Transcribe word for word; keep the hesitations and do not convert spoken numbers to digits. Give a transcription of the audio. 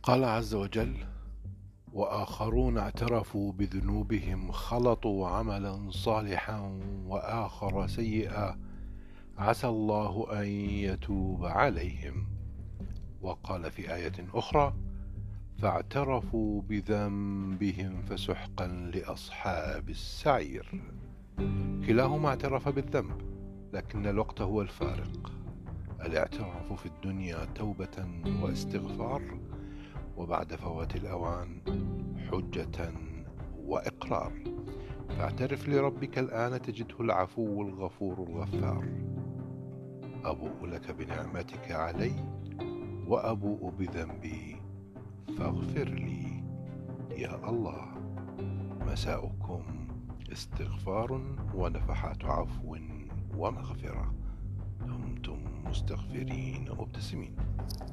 قال عز وجل: وآخرون اعترفوا بذنوبهم خلطوا عملا صالحا وآخر سيئا عسى الله أن يتوب عليهم. وقال في آية أخرى: فاعترفوا بذنبهم فسحقا لأصحاب السعير. كلاهما اعترف بالذنب، لكن الوقت هو الفارق. الاعتراف في الدنيا توبة واستغفار، وبعد فوات الأوان حجة وإقرار. فاعترف لربك الآن تجده العفو الغفور الغفار. أبوء لك بنعمتك علي وأبوء بذنبي فاغفر لي يا الله. مساؤكم استغفار ونفحات عفو ومغفرة. دمتم مستغفرين مبتسمين.